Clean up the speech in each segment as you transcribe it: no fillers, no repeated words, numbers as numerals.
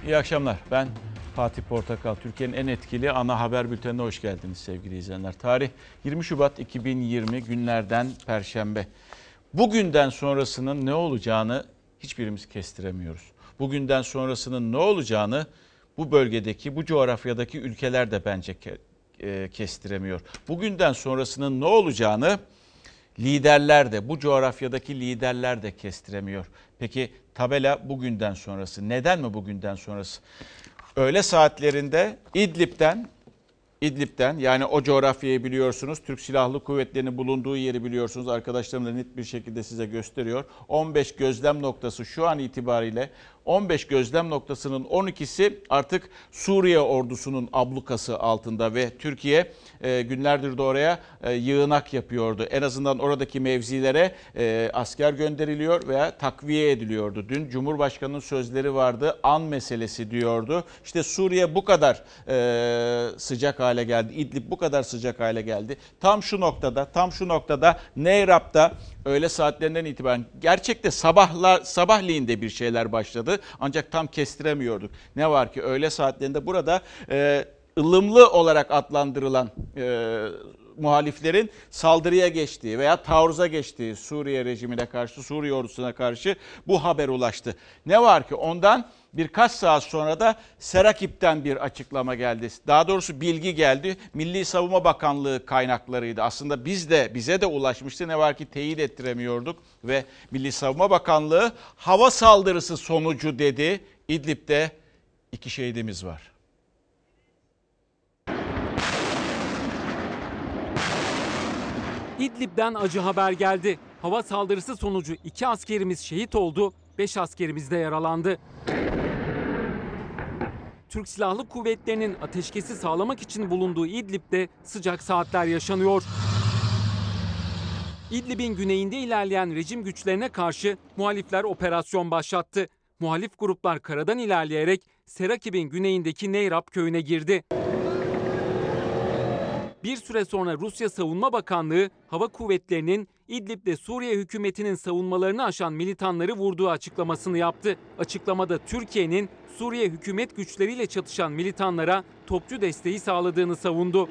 İyi akşamlar. Ben Fatih Portakal. Türkiye'nin en etkili ana haber bültenine hoş geldiniz sevgili izleyenler. Tarih 20 Şubat 2020 günlerden Perşembe. Bugünden sonrasının ne olacağını hiçbirimiz kestiremiyoruz. Bugünden sonrasının ne olacağını bu bölgedeki, bu coğrafyadaki ülkeler de bence kestiremiyor. Bugünden sonrasının ne olacağını liderler de, bu coğrafyadaki liderler de kestiremiyor. Peki tabela bugünden sonrası. Neden mi bugünden sonrası? Öğle saatlerinde İdlib'den yani o coğrafyayı biliyorsunuz. Türk Silahlı Kuvvetleri'nin bulunduğu yeri biliyorsunuz. Arkadaşlarım da net bir şekilde size gösteriyor. 15 gözlem noktası şu an itibariyle 15 gözlem noktasının 12'si artık Suriye ordusunun ablukası altında ve Türkiye günlerdir de oraya yığınak yapıyordu. En azından oradaki mevzilere asker gönderiliyor veya takviye ediliyordu. Dün Cumhurbaşkanı'nın sözleri vardı. An meselesi diyordu. İşte Suriye bu kadar sıcak hale geldi. İdlib bu kadar sıcak hale geldi. Tam şu noktada Neyrap'ta öğle saatlerinden itibaren gerçekte sabahleyin de bir şeyler başladı. Ancak tam kestiremiyorduk. Ne var ki öğle saatlerinde burada ılımlı olarak adlandırılan muhaliflerin saldırıya geçtiği veya taarruza geçtiği Suriye rejimine karşı, Suriye ordusuna karşı bu haber ulaştı. Ne var ki ondan birkaç saat sonra da Serakip'ten bir açıklama geldi. Daha doğrusu bilgi geldi. Milli Savunma Bakanlığı kaynaklarıydı. Aslında bize de ulaşmıştı. Ne var ki teyit ettiremiyorduk ve Milli Savunma Bakanlığı hava saldırısı sonucu dedi. İdlib'de 2 şehidimiz var. İdlib'den acı haber geldi. Hava saldırısı sonucu 2 askerimiz şehit oldu, 5 askerimiz de yaralandı. Türk Silahlı Kuvvetleri'nin ateşkesi sağlamak için bulunduğu İdlib'de sıcak saatler yaşanıyor. İdlib'in güneyinde ilerleyen rejim güçlerine karşı muhalifler operasyon başlattı. Muhalif gruplar karadan ilerleyerek Serakib'in güneyindeki Neyrab köyüne girdi. Bir süre sonra Rusya Savunma Bakanlığı Hava Kuvvetleri'nin İdlib'de Suriye hükümetinin savunmalarını aşan militanları vurduğu açıklamasını yaptı. Açıklamada Türkiye'nin Suriye hükümet güçleriyle çatışan militanlara topçu desteği sağladığını savundu.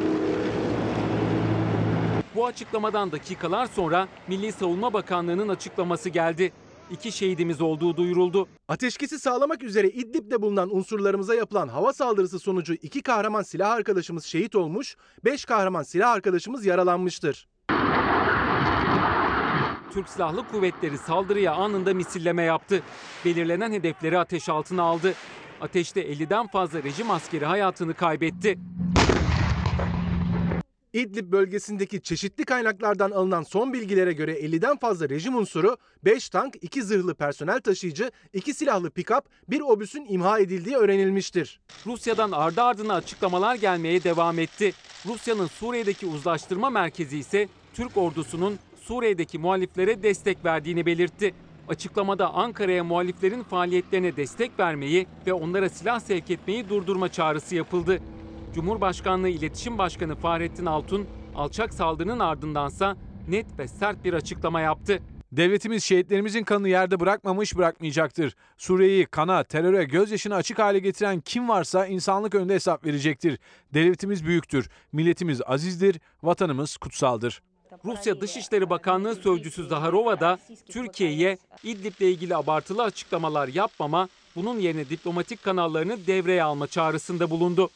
Bu açıklamadan dakikalar sonra Milli Savunma Bakanlığı'nın açıklaması geldi. 2 şehidimiz olduğu duyuruldu. Ateşkesi sağlamak üzere İdlib'de bulunan unsurlarımıza yapılan hava saldırısı sonucu 2 kahraman silah arkadaşımız şehit olmuş, 5 kahraman silah arkadaşımız yaralanmıştır. Türk Silahlı Kuvvetleri saldırıya anında misilleme yaptı. Belirlenen hedefleri ateş altına aldı. Ateşte 50'den fazla rejim askeri hayatını kaybetti. İdlib bölgesindeki çeşitli kaynaklardan alınan son bilgilere göre 50'den fazla rejim unsuru, 5 tank, 2 zırhlı personel taşıyıcı, 2 silahlı pikap, 1 obüsün imha edildiği öğrenilmiştir. Rusya'dan ardı ardına açıklamalar gelmeye devam etti. Rusya'nın Suriye'deki uzlaştırma merkezi ise Türk ordusunun Suriye'deki muhaliflere destek verdiğini belirtti. Açıklamada Ankara'ya muhaliflerin faaliyetlerine destek vermeyi ve onlara silah sevk etmeyi durdurma çağrısı yapıldı. Cumhurbaşkanlığı İletişim Başkanı Fahrettin Altun, alçak saldırının ardındansa net ve sert bir açıklama yaptı. Devletimiz şehitlerimizin kanını yerde bırakmamış, bırakmayacaktır. Suriye'yi kana, teröre, gözyaşına açık hale getiren kim varsa insanlık önünde hesap verecektir. Devletimiz büyüktür, milletimiz azizdir, vatanımız kutsaldır. Rusya Dışişleri Bakanlığı Sözcüsü Zaharova da Türkiye'ye İdlib'le ilgili abartılı açıklamalar yapmama, bunun yerine diplomatik kanallarını devreye alma çağrısında bulundu.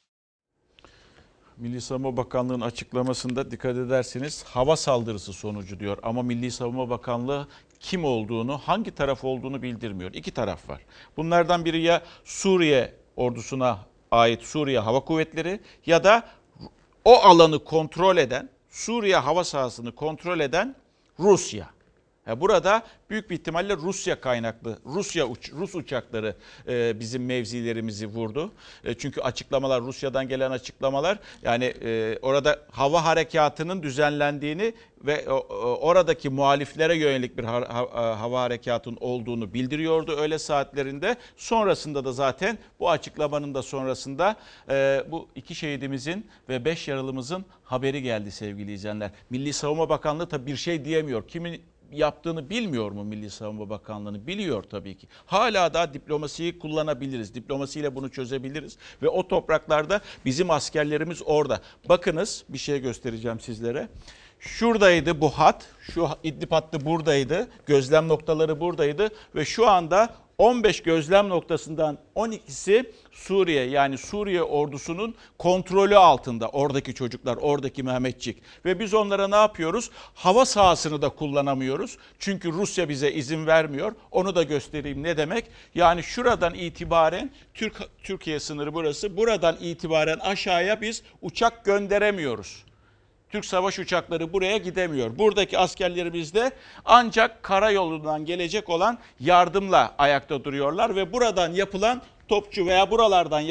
Milli Savunma Bakanlığı'nın açıklamasında dikkat ederseniz hava saldırısı sonucu diyor. Ama Milli Savunma Bakanlığı kim olduğunu, hangi taraf olduğunu bildirmiyor. 2 taraf var. Bunlardan biri ya Suriye ordusuna ait Suriye Hava Kuvvetleri ya da o alanı kontrol eden, Suriye hava sahasını kontrol eden Rusya. Burada büyük bir ihtimalle Rusya kaynaklı, Rus uçakları bizim mevzilerimizi vurdu. Çünkü açıklamalar, Rusya'dan gelen açıklamalar, yani orada hava harekatının düzenlendiğini ve oradaki muhaliflere yönelik bir hava harekatının olduğunu bildiriyordu öğle saatlerinde. Sonrasında da zaten bu açıklamanın da sonrasında bu 2 şehidimizin ve 5 yaralımızın haberi geldi sevgili izleyenler. Milli Savunma Bakanlığı tabii bir şey diyemiyor. yaptığını bilmiyor mu Milli Savunma Bakanlığı'nı? Biliyor tabii ki. Hala da diplomasiyi kullanabiliriz. Diplomasiyle bunu çözebiliriz. Ve o topraklarda bizim askerlerimiz orada. Bakınız, bir şey göstereceğim sizlere. Şuradaydı bu hat. Şu İdlib hattı buradaydı. Gözlem noktaları buradaydı. Ve şu anda 15 gözlem noktasından 12'si Suriye, yani Suriye ordusunun kontrolü altında. Oradaki çocuklar, oradaki Mehmetçik. Ve biz onlara ne yapıyoruz? Hava sahasını da kullanamıyoruz. Çünkü Rusya bize izin vermiyor. Onu da göstereyim ne demek. Yani şuradan itibaren Türkiye sınırı burası. Buradan itibaren aşağıya biz uçak gönderemiyoruz. Türk savaş uçakları buraya gidemiyor. Buradaki askerlerimiz de ancak karayolundan gelecek olan yardımla ayakta duruyorlar ve buradan yapılan topçu veya buralardan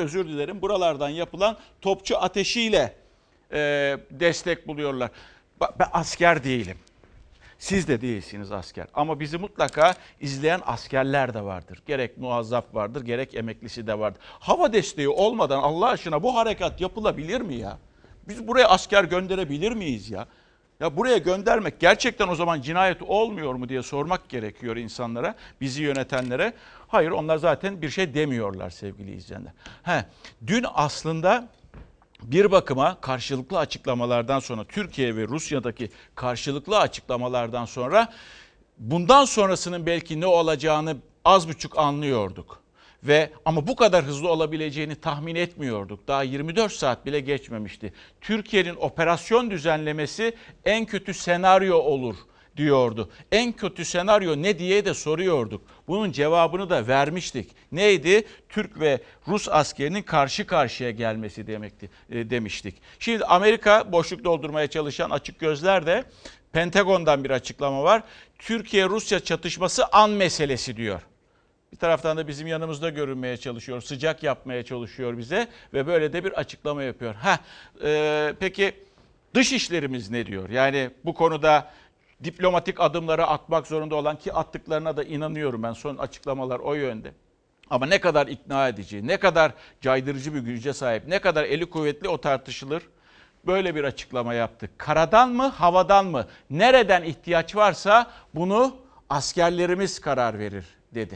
yapılan topçu ateşiyle destek buluyorlar. Ben asker değilim. Siz de değilsiniz asker. Ama bizi mutlaka izleyen askerler de vardır. Gerek muazzaf vardır, gerek emeklisi de vardır. Hava desteği olmadan Allah aşkına bu harekat yapılabilir mi ya? Biz buraya asker gönderebilir miyiz ya? Ya buraya göndermek gerçekten o zaman cinayet olmuyor mu diye sormak gerekiyor insanlara, bizi yönetenlere. Hayır, onlar zaten bir şey demiyorlar sevgili izleyenler. Dün aslında bir bakıma karşılıklı açıklamalardan sonra, Türkiye ve Rusya'daki karşılıklı açıklamalardan sonra bundan sonrasının belki ne olacağını az buçuk anlıyorduk. Ama bu kadar hızlı olabileceğini tahmin etmiyorduk. Daha 24 saat bile geçmemişti. Türkiye'nin operasyon düzenlemesi en kötü senaryo olur diyordu. En kötü senaryo ne diye de soruyorduk. Bunun cevabını da vermiştik. Neydi? Türk ve Rus askerinin karşı karşıya gelmesi demiştik. Şimdi Amerika boşluk doldurmaya çalışan açık gözler de Pentagon'dan bir açıklama var. Türkiye-Rusya çatışması an meselesi diyor. Bir taraftan da bizim yanımızda görünmeye çalışıyor, sıcak yapmaya çalışıyor bize ve böyle de bir açıklama yapıyor. Peki dış işlerimiz ne diyor? Yani bu konuda diplomatik adımları atmak zorunda olan, ki attıklarına da inanıyorum ben, son açıklamalar o yönde. Ama ne kadar ikna edici, ne kadar caydırıcı bir güce sahip, ne kadar eli kuvvetli o tartışılır. Böyle bir açıklama yaptı. Karadan mı, havadan mı? Nereden ihtiyaç varsa bunu askerlerimiz karar verir dedi.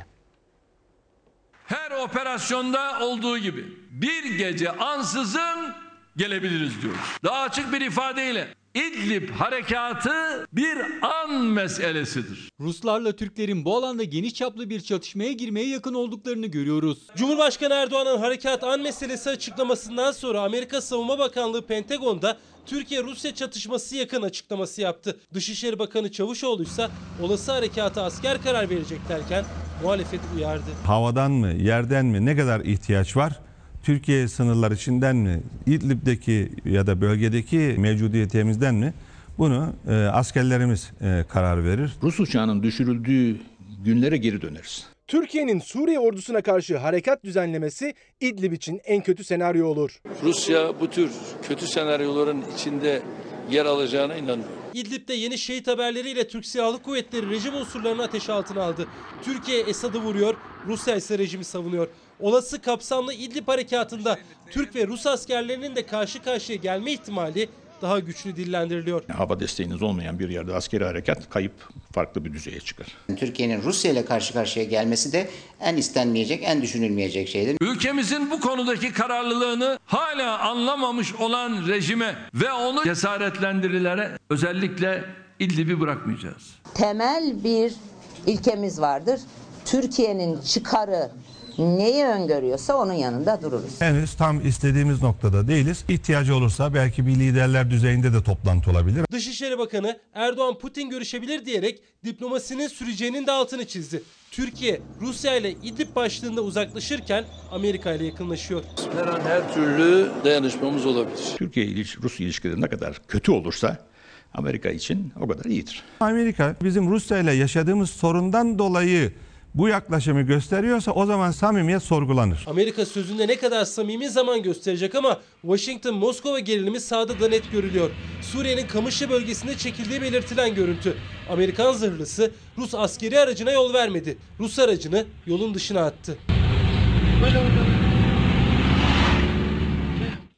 Her operasyonda olduğu gibi bir gece ansızın gelebiliriz diyoruz. Daha açık bir ifadeyle İdlib harekatı bir an meselesidir. Ruslarla Türklerin bu alanda geniş çaplı bir çatışmaya girmeye yakın olduklarını görüyoruz. Cumhurbaşkanı Erdoğan'ın harekat an meselesi açıklamasından sonra Amerika Savunma Bakanlığı Pentagon'da Türkiye-Rusya çatışması yakın açıklaması yaptı. Dışişleri Bakanı Çavuşoğlu ise olası harekata asker karar verecek derken muhalefeti uyardı. Havadan mı, yerden mi, ne kadar ihtiyaç var? Türkiye sınırları içinden mi, İdlib'deki ya da bölgedeki mevcudiyetimizden mi? Bunu askerlerimiz karar verir. Rus uçağının düşürüldüğü günlere geri döneriz. Türkiye'nin Suriye ordusuna karşı harekat düzenlemesi İdlib için en kötü senaryo olur. Rusya bu tür kötü senaryoların içinde yer alacağına inanıyorum. İdlib'de yeni şehit haberleriyle Türk Silahlı Kuvvetleri rejim unsurlarını ateş altına aldı. Türkiye Esad'ı vuruyor, Rusya ise rejimi savunuyor. Olası kapsamlı İdlib harekatında Türk ve Rus askerlerinin de karşı karşıya gelme ihtimali daha güçlü dillendiriliyor. Hava desteğiniz olmayan bir yerde askeri harekat kayıp farklı bir düzeye çıkar. Türkiye'nin Rusya ile karşı karşıya gelmesi de en istenmeyecek, en düşünülmeyecek şeydir. Ülkemizin bu konudaki kararlılığını hala anlamamış olan rejime ve onu cesaretlendirilere özellikle İdlib'i bırakmayacağız. Temel bir ilkemiz vardır. Türkiye'nin çıkarı neyi öngörüyorsa onun yanında dururuz. Henüz tam istediğimiz noktada değiliz. İhtiyacı olursa belki bir liderler düzeyinde de toplantı olabilir. Dışişleri Bakanı Erdoğan Putin görüşebilir diyerek diplomasinin süreceğinin de altını çizdi. Türkiye Rusya ile İdlib başlığında uzaklaşırken Amerika ile yakınlaşıyor. Her an her türlü dayanışmamız olabilir. Türkiye-Rus ilişkileri ne kadar kötü olursa Amerika için o kadar iyidir. Amerika bizim Rusya ile yaşadığımız sorundan dolayı bu yaklaşımı gösteriyorsa o zaman samimiyet sorgulanır. Amerika sözünde ne kadar samimi zaman gösterecek ama Washington-Moskova gerilimi sahada da net görülüyor. Suriye'nin Kamışlı bölgesinde çekildiği belirtilen görüntü. Amerikan zırhlısı Rus askeri aracına yol vermedi. Rus aracını yolun dışına attı.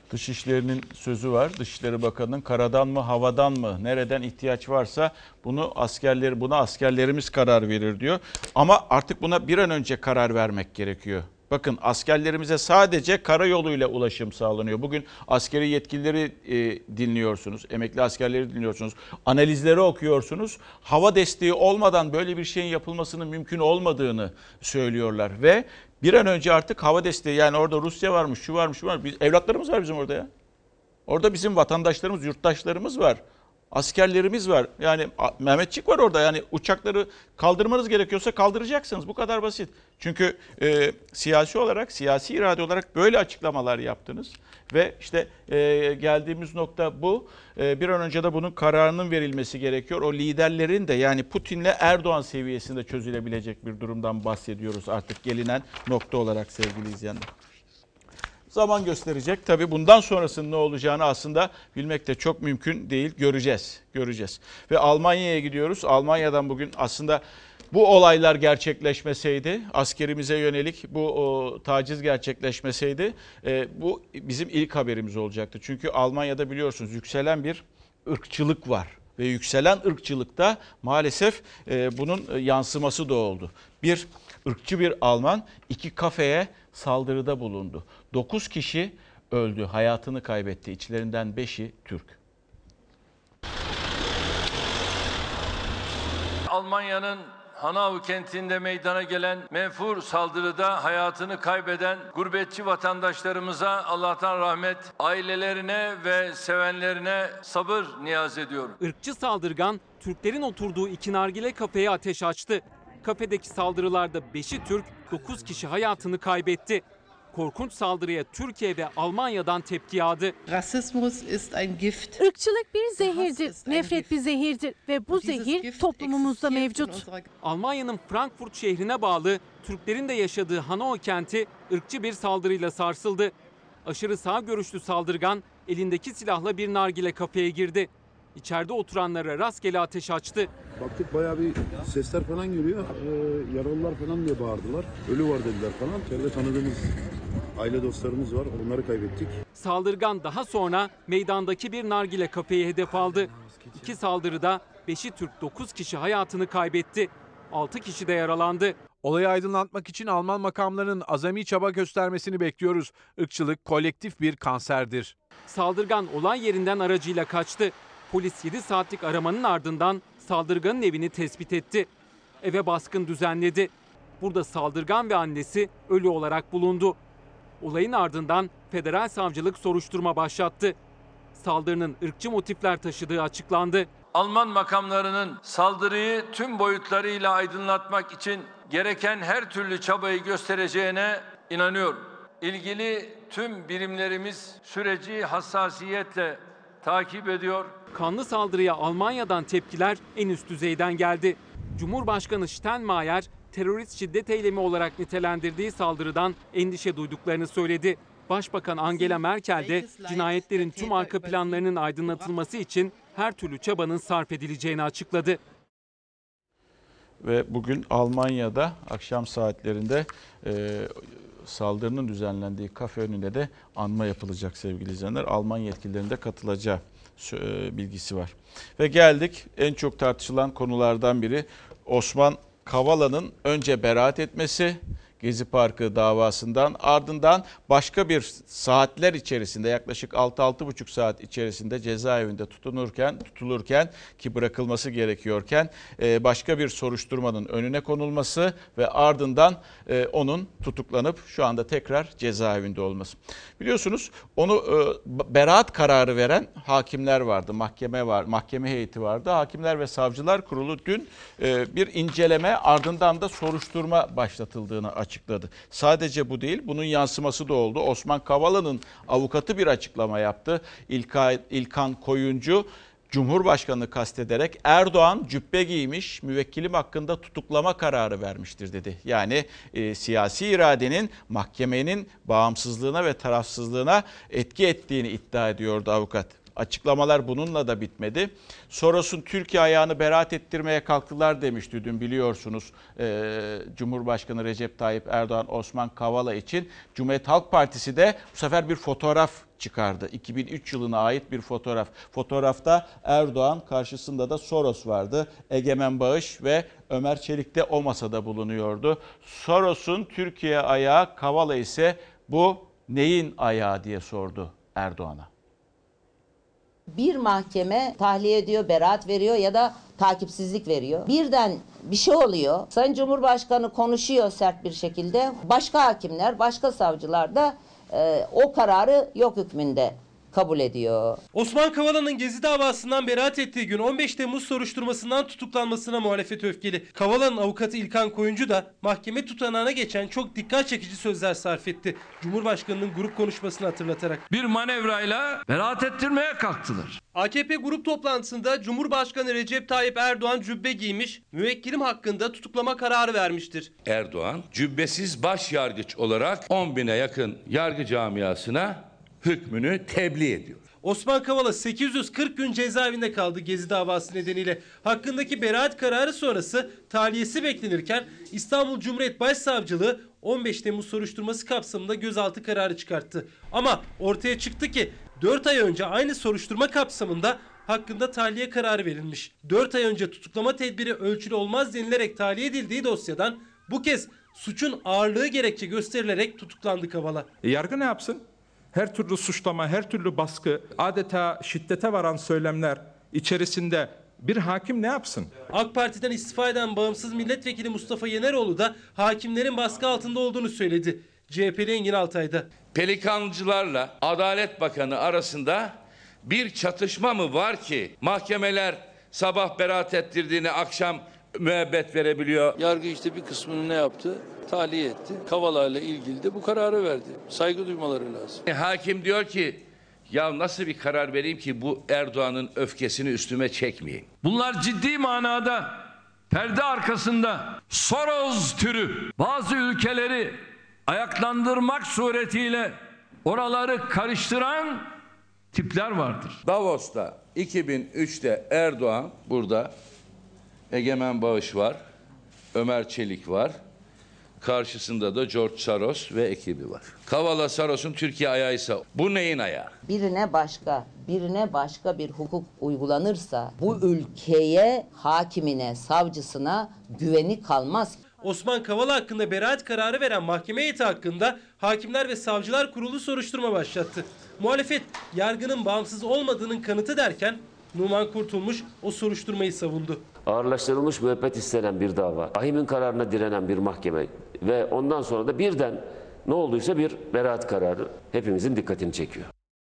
Dışişleri'nin sözü var. Dışişleri Bakanı'nın karadan mı havadan mı nereden ihtiyaç varsa buna askerlerimiz karar verir diyor. Ama artık buna bir an önce karar vermek gerekiyor. Bakın askerlerimize sadece karayoluyla ulaşım sağlanıyor. Bugün askeri yetkilileri dinliyorsunuz, emekli askerleri dinliyorsunuz, analizleri okuyorsunuz. Hava desteği olmadan böyle bir şeyin yapılmasının mümkün olmadığını söylüyorlar ve bir an önce artık hava desteği, yani orada Rusya varmış, şu varmış, şu varmış. Evlatlarımız var bizim orada ya. Orada bizim vatandaşlarımız, yurttaşlarımız var. Askerlerimiz var. Yani Mehmetçik var orada. Yani uçakları kaldırmanız gerekiyorsa kaldıracaksınız. Bu kadar basit. Çünkü siyasi irade olarak böyle açıklamalar yaptınız. Ve işte geldiğimiz nokta bu. Bir an önce de bunun kararının verilmesi gerekiyor. O liderlerin de, yani Putin'le Erdoğan seviyesinde çözülebilecek bir durumdan bahsediyoruz artık gelinen nokta olarak sevgili izleyenler. Zaman gösterecek. Tabii bundan sonrasının ne olacağını aslında bilmek de çok mümkün değil. Göreceğiz. Ve Almanya'ya gidiyoruz. Almanya'dan bugün aslında bu olaylar gerçekleşmeseydi, askerimize yönelik bu taciz gerçekleşmeseydi bu bizim ilk haberimiz olacaktı. Çünkü Almanya'da biliyorsunuz yükselen bir ırkçılık var. Ve yükselen ırkçılıkta maalesef bunun yansıması da oldu. Irkçı bir Alman 2 kafeye saldırıda bulundu. 9 kişi öldü, hayatını kaybetti. İçlerinden 5'i Türk. Almanya'nın Hanau kentinde meydana gelen menfur saldırıda hayatını kaybeden gurbetçi vatandaşlarımıza Allah'tan rahmet, ailelerine ve sevenlerine sabır niyaz ediyorum. Irkçı saldırgan Türklerin oturduğu 2 nargile kafeye ateş açtı. Kafedeki saldırılarda 5'i Türk, 9 kişi hayatını kaybetti. Korkunç saldırıya Türkiye ve Almanya'dan tepki yağdı. Rassismus ist ein Gift. Irkçılık bir zehirdir, nefret bir zehirdir ve bu zehir toplumumuzda mevcut. Almanya'nın Frankfurt şehrine bağlı Türklerin de yaşadığı Hanau kenti ırkçı bir saldırıyla sarsıldı. Aşırı sağ görüşlü saldırgan elindeki silahla bir nargile kafeye girdi. İçeride oturanlara rastgele ateş açtı. Baktık bayağı bir sesler falan geliyor. Yaralılar falan diye bağırdılar. Ölü var dediler falan. İçeride tanıdığımız aile dostlarımız var. Onları kaybettik. Saldırgan daha sonra meydandaki bir nargile kafeyi hedef aldı. 2 saldırıda 5'i Türk, 9 kişi hayatını kaybetti. 6 kişi de yaralandı. Olayı aydınlatmak için Alman makamlarının azami çaba göstermesini bekliyoruz. Irkçılık kolektif bir kanserdir. Saldırgan olay yerinden aracıyla kaçtı. Polis 7 saatlik aramanın ardından saldırganın evini tespit etti. Eve baskın düzenledi. Burada saldırgan ve annesi ölü olarak bulundu. Olayın ardından federal savcılık soruşturma başlattı. Saldırının ırkçı motifler taşıdığı açıklandı. Alman makamlarının saldırıyı tüm boyutlarıyla aydınlatmak için gereken her türlü çabayı göstereceğine inanıyorum. İlgili tüm birimlerimiz süreci hassasiyetle takip ediyor. Kanlı saldırıya Almanya'dan tepkiler en üst düzeyden geldi. Cumhurbaşkanı Steinmeier terörist şiddet eylemi olarak nitelendirdiği saldırıdan endişe duyduklarını söyledi. Başbakan Angela Merkel de cinayetlerin tüm arka planlarının aydınlatılması için her türlü çabanın sarf edileceğini açıkladı. Ve bugün Almanya'da akşam saatlerinde saldırının düzenlendiği kafe önünde de anma yapılacak sevgili izleyenler. Alman yetkililerinin de katılacağı bilgisi var. Ve geldik en çok tartışılan konulardan biri Osman Kavala'nın önce beraat etmesi Gezi Parkı davasından, ardından başka bir saatler içerisinde yaklaşık 6-6,5 saat içerisinde cezaevinde tutulurken ki bırakılması gerekiyorken başka bir soruşturmanın önüne konulması ve ardından onun tutuklanıp şu anda tekrar cezaevinde olması. Biliyorsunuz onu beraat kararı veren hakimler vardı, mahkeme heyeti vardı. Hakimler ve Savcılar Kurulu dün bir inceleme ardından da soruşturma başlatıldığını açıkladı. Sadece bu değil, bunun yansıması da oldu. Osman Kavala'nın avukatı bir açıklama yaptı. İlkan Koyuncu, Cumhurbaşkanı kastederek Erdoğan cübbe giymiş, müvekkilim hakkında tutuklama kararı vermiştir dedi. Yani siyasi iradenin mahkemenin bağımsızlığına ve tarafsızlığına etki ettiğini iddia ediyordu avukat. Açıklamalar bununla da bitmedi. Soros'un Türkiye ayağını beraat ettirmeye kalktılar demişti dün, biliyorsunuz. Cumhurbaşkanı Recep Tayyip Erdoğan Osman Kavala için. Cumhuriyet Halk Partisi de bu sefer bir fotoğraf çıkardı. 2003 yılına ait bir fotoğraf. Fotoğrafta Erdoğan, karşısında da Soros vardı. Egemen Bağış ve Ömer Çelik de o masada bulunuyordu. Soros'un Türkiye ayağı, Kavala ise bu neyin ayağı diye sordu Erdoğan'a. Bir mahkeme tahliye ediyor, beraat veriyor ya da takipsizlik veriyor. Birden bir şey oluyor. Sayın Cumhurbaşkanı konuşuyor sert bir şekilde. Başka hakimler, başka savcılar da o kararı yok hükmünde kabul ediyor. Osman Kavala'nın Gezi davasından beraat ettiği gün 15 Temmuz soruşturmasından tutuklanmasına muhalefet öfkeli. Kavala'nın avukatı İlkan Koyuncu da mahkeme tutanağına geçen çok dikkat çekici sözler sarf etti. Cumhurbaşkanının grup konuşmasını hatırlatarak. Bir manevrayla beraat ettirmeye kalktılar. AKP grup toplantısında Cumhurbaşkanı Recep Tayyip Erdoğan cübbe giymiş, müvekkilim hakkında tutuklama kararı vermiştir. Erdoğan cübbesiz başyargıç olarak 10.000'e yakın yargı camiasına hükmünü tebliğ ediyor. Osman Kavala 840 gün cezaevinde kaldı Gezi davası nedeniyle. Hakkındaki beraat kararı sonrası tahliyesi beklenirken İstanbul Cumhuriyet Başsavcılığı 15 Temmuz soruşturması kapsamında gözaltı kararı çıkarttı. Ama ortaya çıktı ki 4 ay önce aynı soruşturma kapsamında hakkında tahliye kararı verilmiş. 4 ay önce tutuklama tedbiri ölçülü olmaz denilerek tahliye edildiği dosyadan bu kez suçun ağırlığı gerekçe gösterilerek tutuklandı Kavala. Yargı ne yapsın? Her türlü suçlama, her türlü baskı, adeta şiddete varan söylemler içerisinde bir hakim ne yapsın? AK Parti'den istifa eden bağımsız milletvekili Mustafa Yeneroğlu da hakimlerin baskı altında olduğunu söyledi. CHP'li Engin Altay'da. Pelikancılarla Adalet Bakanı arasında bir çatışma mı var ki mahkemeler sabah beraat ettirdiğini akşam müebbet verebiliyor? Yargı işte bir kısmını ne yaptı? Tahliye etti. Kavala ile ilgili de bu kararı verdi. Saygı duymaları lazım. Hakim diyor ki ya nasıl bir karar vereyim ki bu Erdoğan'ın öfkesini üstüme çekmeyeyim. Bunlar ciddi manada perde arkasında Soros türü bazı ülkeleri ayaklandırmak suretiyle oraları karıştıran tipler vardır. Davos'ta 2003'te Erdoğan burada, Egemen Bağış var, Ömer Çelik var. Karşısında da George Soros ve ekibi var. Kavala Soros'un Türkiye ayağıysa bu neyin ayağı? Birine başka bir hukuk uygulanırsa bu ülkeye, hakimine, savcısına güveni kalmaz. Osman Kavala hakkında beraat kararı veren mahkeme heyeti hakkında Hakimler ve Savcılar Kurulu soruşturma başlattı. Muhalefet yargının bağımsız olmadığının kanıtı derken Numan Kurtulmuş o soruşturmayı savundu. Ağırlaştırılmış müebbet istenen bir dava, ahimin kararına direnen bir mahkeme ve ondan sonra da birden ne olduysa bir beraat kararı hepimizin dikkatini çekiyor.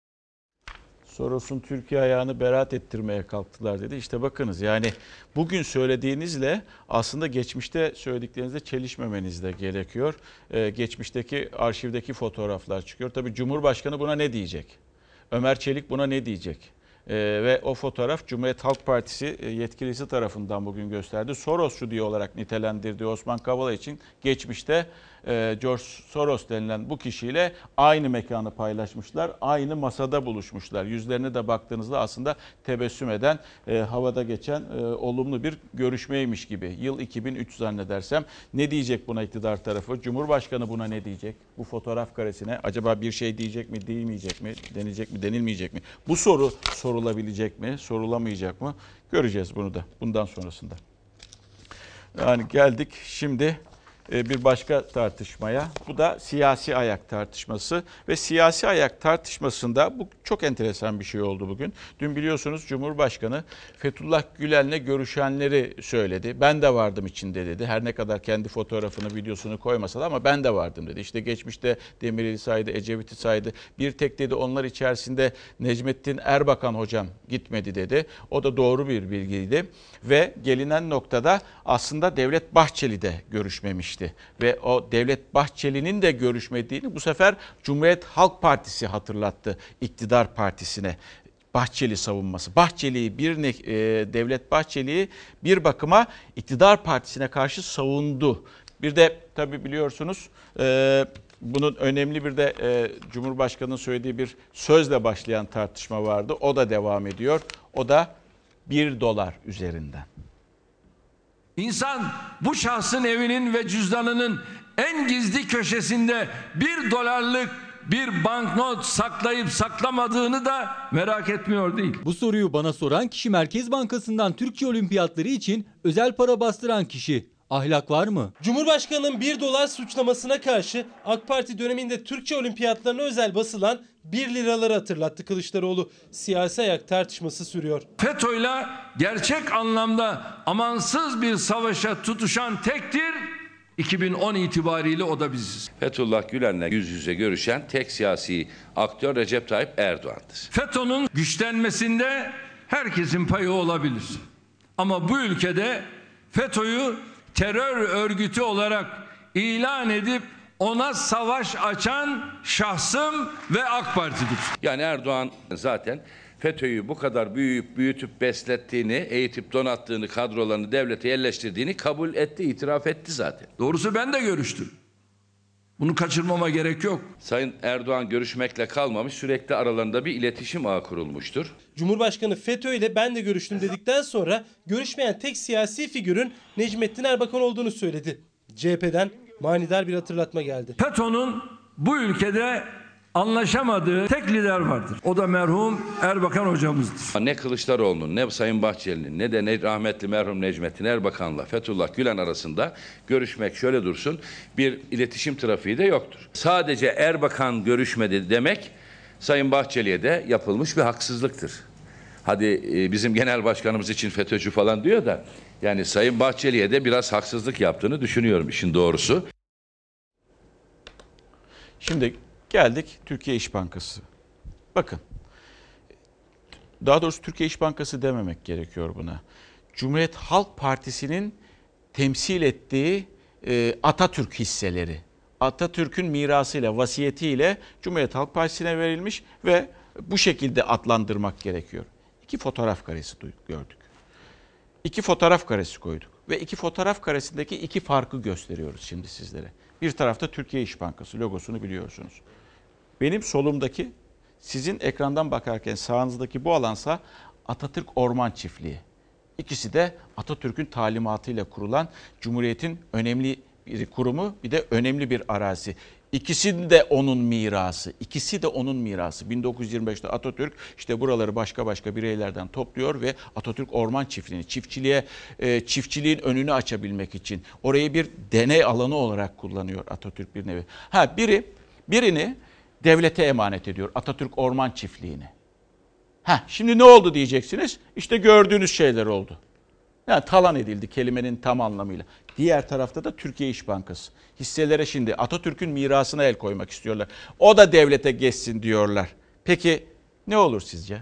Soros'un Türkiye ayağını beraat ettirmeye kalktılar dedi. İşte bakınız, yani bugün söylediğinizle aslında geçmişte söylediklerinizle çelişmemeniz de gerekiyor. Geçmişteki arşivdeki fotoğraflar çıkıyor. Tabii Cumhurbaşkanı buna ne diyecek? Ömer Çelik buna ne diyecek? Ve o fotoğraf Cumhuriyet Halk Partisi yetkilisi tarafından bugün gösterdi. Sorosçu diye olarak nitelendirdiği Osman Kavala için geçmişte George Soros denilen bu kişiyle aynı mekanı paylaşmışlar. Aynı masada buluşmuşlar. Yüzlerine de baktığınızda aslında tebessüm eden, havada geçen olumlu bir görüşmeymiş gibi. Yıl 2003 zannedersem. Ne diyecek buna iktidar tarafı? Cumhurbaşkanı buna ne diyecek? Bu fotoğraf karesine acaba bir şey diyecek mi, diyemeyecek mi, denilecek mi, denilmeyecek mi? Bu soru sorulabilecek mi, sorulamayacak mı? Göreceğiz bunu da bundan sonrasında. Yani geldik şimdi bir başka tartışmaya. Bu da siyasi ayak tartışması ve siyasi ayak tartışmasında bu çok enteresan bir şey oldu bugün. Dün biliyorsunuz Cumhurbaşkanı Fethullah Gülen'le görüşenleri söyledi. Ben de vardım içinde dedi. Her ne kadar kendi fotoğrafını, videosunu koymasa da ama ben de vardım dedi. İşte geçmişte Demirel'i saydı, Ecevit'i saydı. Bir tek dedi onlar içerisinde Necmettin Erbakan hocam gitmedi dedi. O da doğru bir bilgiydi. Ve gelinen noktada aslında Devlet Bahçeli de görüşmemişti. Ve o Devlet Bahçeli'nin de görüşmediğini bu sefer Cumhuriyet Halk Partisi hatırlattı iktidar partisine. Bahçeli savunması. Devlet Bahçeli'yi bir bakıma iktidar partisine karşı savundu. Bir de tabii biliyorsunuz Bunun önemli bir de Cumhurbaşkanı'nın söylediği bir sözle başlayan tartışma vardı. O da devam ediyor. O da $1 üzerinden. İnsan bu şahsın evinin ve cüzdanının en gizli köşesinde $1 bir banknot saklayıp saklamadığını da merak etmiyor değil. Bu soruyu bana soran kişi Merkez Bankası'ndan Türkiye Olimpiyatları için özel para bastıran kişi. Ahlak var mı? Cumhurbaşkanı'nın $1 suçlamasına karşı AK Parti döneminde Türkçe olimpiyatlarına özel basılan 1 liraları hatırlattı Kılıçdaroğlu. Siyasi ayak tartışması sürüyor. FETÖ'yle gerçek anlamda amansız bir savaşa tutuşan tektir 2010 itibariyle o da biziz. Fethullah Gülen'le yüz yüze görüşen tek siyasi aktör Recep Tayyip Erdoğan'dır. FETÖ'nün güçlenmesinde herkesin payı olabilir. Ama bu ülkede FETÖ'yü terör örgütü olarak ilan edip ona savaş açan şahsım ve AK Parti'dir. Yani Erdoğan zaten FETÖ'yü bu kadar büyütüp beslettiğini, eğitip donattığını, kadrolarını devlete yerleştirdiğini kabul etti, itiraf etti zaten. Doğrusu ben de görüştüm. Bunu kaçırmama gerek yok. Sayın Erdoğan görüşmekle kalmamış, sürekli aralarında bir iletişim ağı kurulmuştur. Cumhurbaşkanı FETÖ ile ben de görüştüm dedikten sonra görüşmeyen tek siyasi figürün Necmettin Erbakan olduğunu söyledi. CHP'den manidar bir hatırlatma geldi. FETÖ'nün bu ülkede anlaşamadığı tek lider vardır. O da merhum Erbakan hocamızdır. Ne Kılıçdaroğlu'nun, ne Sayın Bahçeli'nin, ne de rahmetli merhum Necmettin Erbakan'la Fethullah Gülen arasında görüşmek şöyle dursun, bir iletişim trafiği de yoktur. Sadece Erbakan görüşmedi demek Sayın Bahçeli'ye de yapılmış bir haksızlıktır. Hadi bizim genel başkanımız için FETÖ'cü falan diyor da yani Sayın Bahçeli'ye de biraz haksızlık yaptığını düşünüyorum işin doğrusu. Şimdi geldik Türkiye İş Bankası. Bakın, daha doğrusu Türkiye İş Bankası dememek gerekiyor buna. Cumhuriyet Halk Partisi'nin temsil ettiği Atatürk hisseleri. Atatürk'ün mirasıyla, vasiyetiyle Cumhuriyet Halk Partisi'ne verilmiş ve bu şekilde adlandırmak gerekiyor. 2 fotoğraf karesi gördük. 2 fotoğraf karesi koyduk. Ve 2 fotoğraf karesindeki 2 farkı gösteriyoruz şimdi sizlere. Bir tarafta Türkiye İş Bankası logosunu biliyorsunuz. Benim solumdaki, sizin ekrandan bakarken sağınızdaki bu alansa Atatürk Orman Çiftliği. İkisi de Atatürk'ün talimatıyla kurulan Cumhuriyet'in önemli bir kurumu, bir de önemli bir arazi. İkisi de onun mirası. İkisi de onun mirası. 1925'te Atatürk işte buraları başka bireylerden topluyor ve Atatürk Orman Çiftliği'ni çiftçiliğin önünü açabilmek için orayı bir deney alanı olarak kullanıyor Atatürk bir nevi. Birini devlete emanet ediyor Atatürk Orman Çiftliği'ni. Şimdi ne oldu diyeceksiniz? İşte gördüğünüz şeyler oldu. Yani talan edildi kelimenin tam anlamıyla. Diğer tarafta da Türkiye İş Bankası. Hisselere şimdi Atatürk'ün mirasına el koymak istiyorlar. O da devlete geçsin diyorlar. Peki ne olur sizce?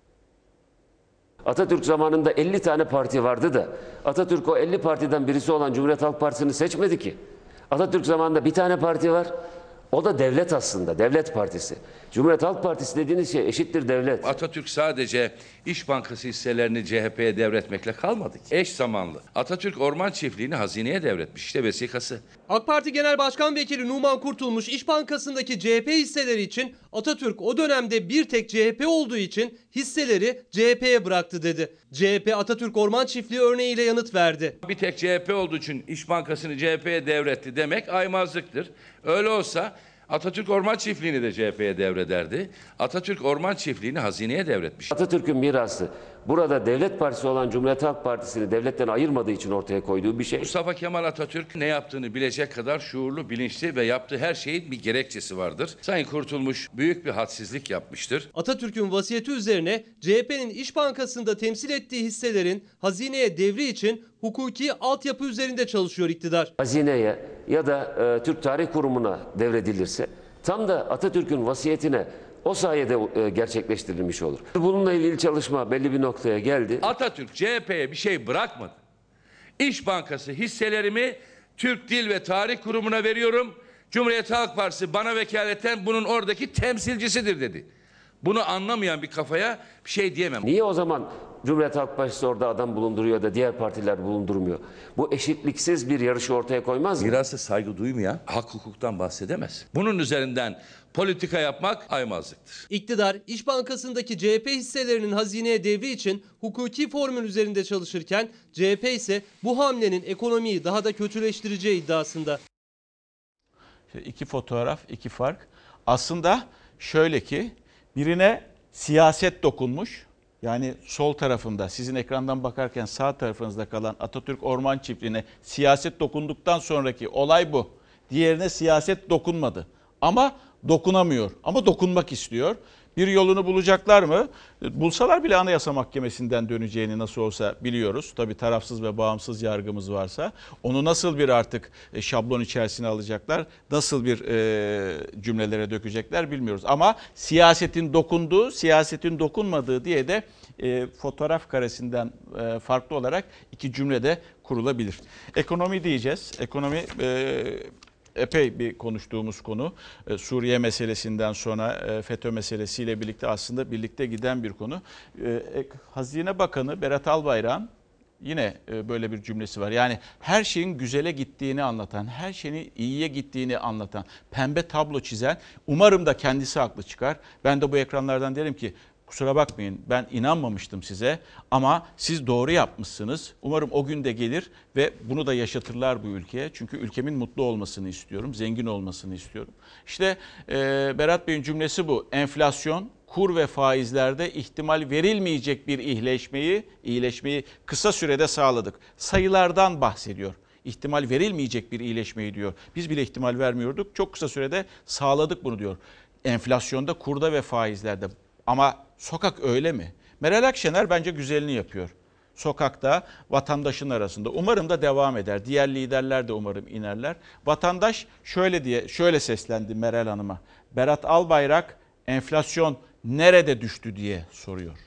Atatürk zamanında 50 tane parti vardı da Atatürk o 50 partiden birisi olan Cumhuriyet Halk Partisi'ni seçmedi ki. Atatürk zamanında bir tane parti var. O da devlet aslında, devlet partisi. Cumhuriyet Halk Partisi dediğiniz şey eşittir devlet. Atatürk sadece İş Bankası hisselerini CHP'ye devretmekle kalmadı ki. Eş zamanlı. Atatürk Orman Çiftliği'ni hazineye devretmiş. İşte vesikası. AK Parti Genel Başkan Vekili Numan Kurtulmuş İş Bankası'ndaki CHP hisseleri için Atatürk o dönemde bir tek CHP olduğu için hisseleri CHP'ye bıraktı dedi. CHP Atatürk Orman Çiftliği örneğiyle yanıt verdi. Bir tek CHP olduğu için İş Bankası'nı CHP'ye devretti demek aymazlıktır. Öyle olsa Atatürk Orman Çiftliği'ni de CHP'ye devrederdi. Atatürk Orman Çiftliği'ni hazineye devretmiş. Atatürk'ün mirası burada devlet partisi olan Cumhuriyet Halk Partisi'ni devletten ayırmadığı için ortaya koyduğu bir şey. Mustafa Kemal Atatürk ne yaptığını bilecek kadar şuurlu, bilinçli ve yaptığı her şeyin bir gerekçesi vardır. Sayın Kurtulmuş büyük bir hadsizlik yapmıştır. Atatürk'ün vasiyeti üzerine CHP'nin İş Bankası'nda temsil ettiği hisselerin hazineye devri için hukuki altyapı üzerinde çalışıyor iktidar. Hazineye ya da Türk Tarih Kurumu'na devredilirse tam da Atatürk'ün vasiyetine o sayede gerçekleştirilmiş olur. Bununla ilgili çalışma belli bir noktaya geldi. Atatürk CHP'ye bir şey bırakmadı. İş Bankası hisselerimi Türk Dil ve Tarih Kurumu'na veriyorum. Cumhuriyet Halk Partisi bana vekaleten bunun oradaki temsilcisidir dedi. Bunu anlamayan bir kafaya bir şey diyemem. Niye o zaman Cumhuriyet Halk Partisi orada adam bulunduruyor da diğer partiler bulundurmuyor? Bu eşitliksiz bir yarışı ortaya koymaz mı? Mirasa saygı duymayan hak hukuktan bahsedemez. Bunun üzerinden politika yapmak aymazlıktır. İktidar, İş Bankası'ndaki CHP hisselerinin hazineye devri için hukuki formül üzerinde çalışırken CHP ise bu hamlenin ekonomiyi daha da kötüleştireceği iddiasında. İki fotoğraf, iki fark. Aslında şöyle ki birine siyaset dokunmuş. Yani sol tarafında sizin ekrandan bakarken sağ tarafınızda kalan Atatürk Orman Çiftliği'ne siyaset dokunduktan sonraki olay bu. Diğerine siyaset dokunmadı ama dokunamıyor ama dokunmak istiyor. Bir yolunu bulacaklar mı? Bulsalar bile Anayasa Mahkemesi'nden döneceğini nasıl olsa biliyoruz. Tabii tarafsız ve bağımsız yargımız varsa. Onu nasıl bir artık şablon içerisine alacaklar, nasıl bir cümlelere dökecekler bilmiyoruz. Ama siyasetin dokunduğu, siyasetin dokunmadığı diye de fotoğraf karesinden farklı olarak iki cümle de kurulabilir. Ekonomi diyeceğiz. Ekonomi epey bir konuştuğumuz konu. Suriye meselesinden sonra FETÖ meselesiyle birlikte aslında birlikte giden bir konu. Hazine Bakanı Berat Albayrak'ın yine böyle bir cümlesi var. Yani her şeyin güzele gittiğini anlatan, her şeyin iyiye gittiğini anlatan, pembe tablo çizen, umarım da kendisi haklı çıkar. Ben de bu ekranlardan derim ki kusura bakmayın, ben inanmamıştım size ama siz doğru yapmışsınız. Umarım o gün de gelir ve bunu da yaşatırlar bu ülkeye. Çünkü ülkemin mutlu olmasını istiyorum, zengin olmasını istiyorum. İşte Berat Bey'in cümlesi bu. Enflasyon, kur ve faizlerde ihtimal verilmeyecek bir iyileşmeyi kısa sürede sağladık. Sayılardan bahsediyor. İhtimal verilmeyecek bir iyileşmeyi diyor. Biz bile ihtimal vermiyorduk. Çok kısa sürede sağladık bunu diyor. Enflasyonda, kurda ve faizlerde. Ama sokak öyle mi? Meral Akşener bence güzelini yapıyor. Sokakta vatandaşın arasında. Umarım da devam eder. Diğer liderler de umarım inerler. Vatandaş şöyle seslendi Meral Hanım'a. Berat Albayrak enflasyon nerede düştü diye soruyor.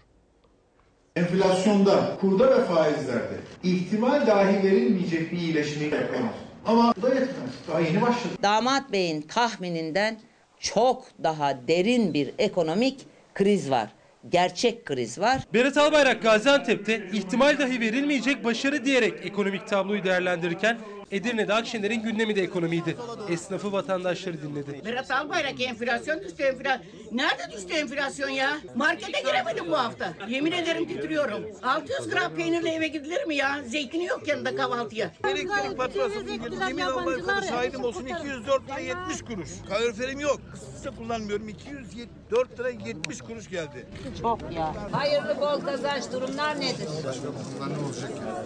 Enflasyonda, kurda ve faizlerde ihtimal dahi verilmeyecek bir iyileşmeyi yapamaz. Ama bu da yetmez. Daha yeni başladı. Damat Bey'in tahmininden çok daha derin bir ekonomik kriz var. Gerçek kriz var. Berat Albayrak Gaziantep'te ihtimal dahi verilmeyecek başarı diyerek ekonomik tabloyu değerlendirirken Edirne'de Akşener'in gündemi de ekonomiydi. Esnafı, vatandaşları dinledi. Berat Albayrak enflasyon düştü Nerede düştü enflasyon ya? Markete giremedim bu hafta. Yemin ederim titriyorum. 600 gram peynirle eve gidilir mi ya? Zeytini yok yanında kahvaltıya. Elektrik faturası yemin Allah'a sahilim olsun 204 lira 70 kuruş. Kaloriferim yok. Kısıtlı kullanmıyorum. 204 lira 70 kuruş geldi. Çok ya. Hayırlı bol kazanç, durumlar nedir? Başkanım bunlar ne olacak ya?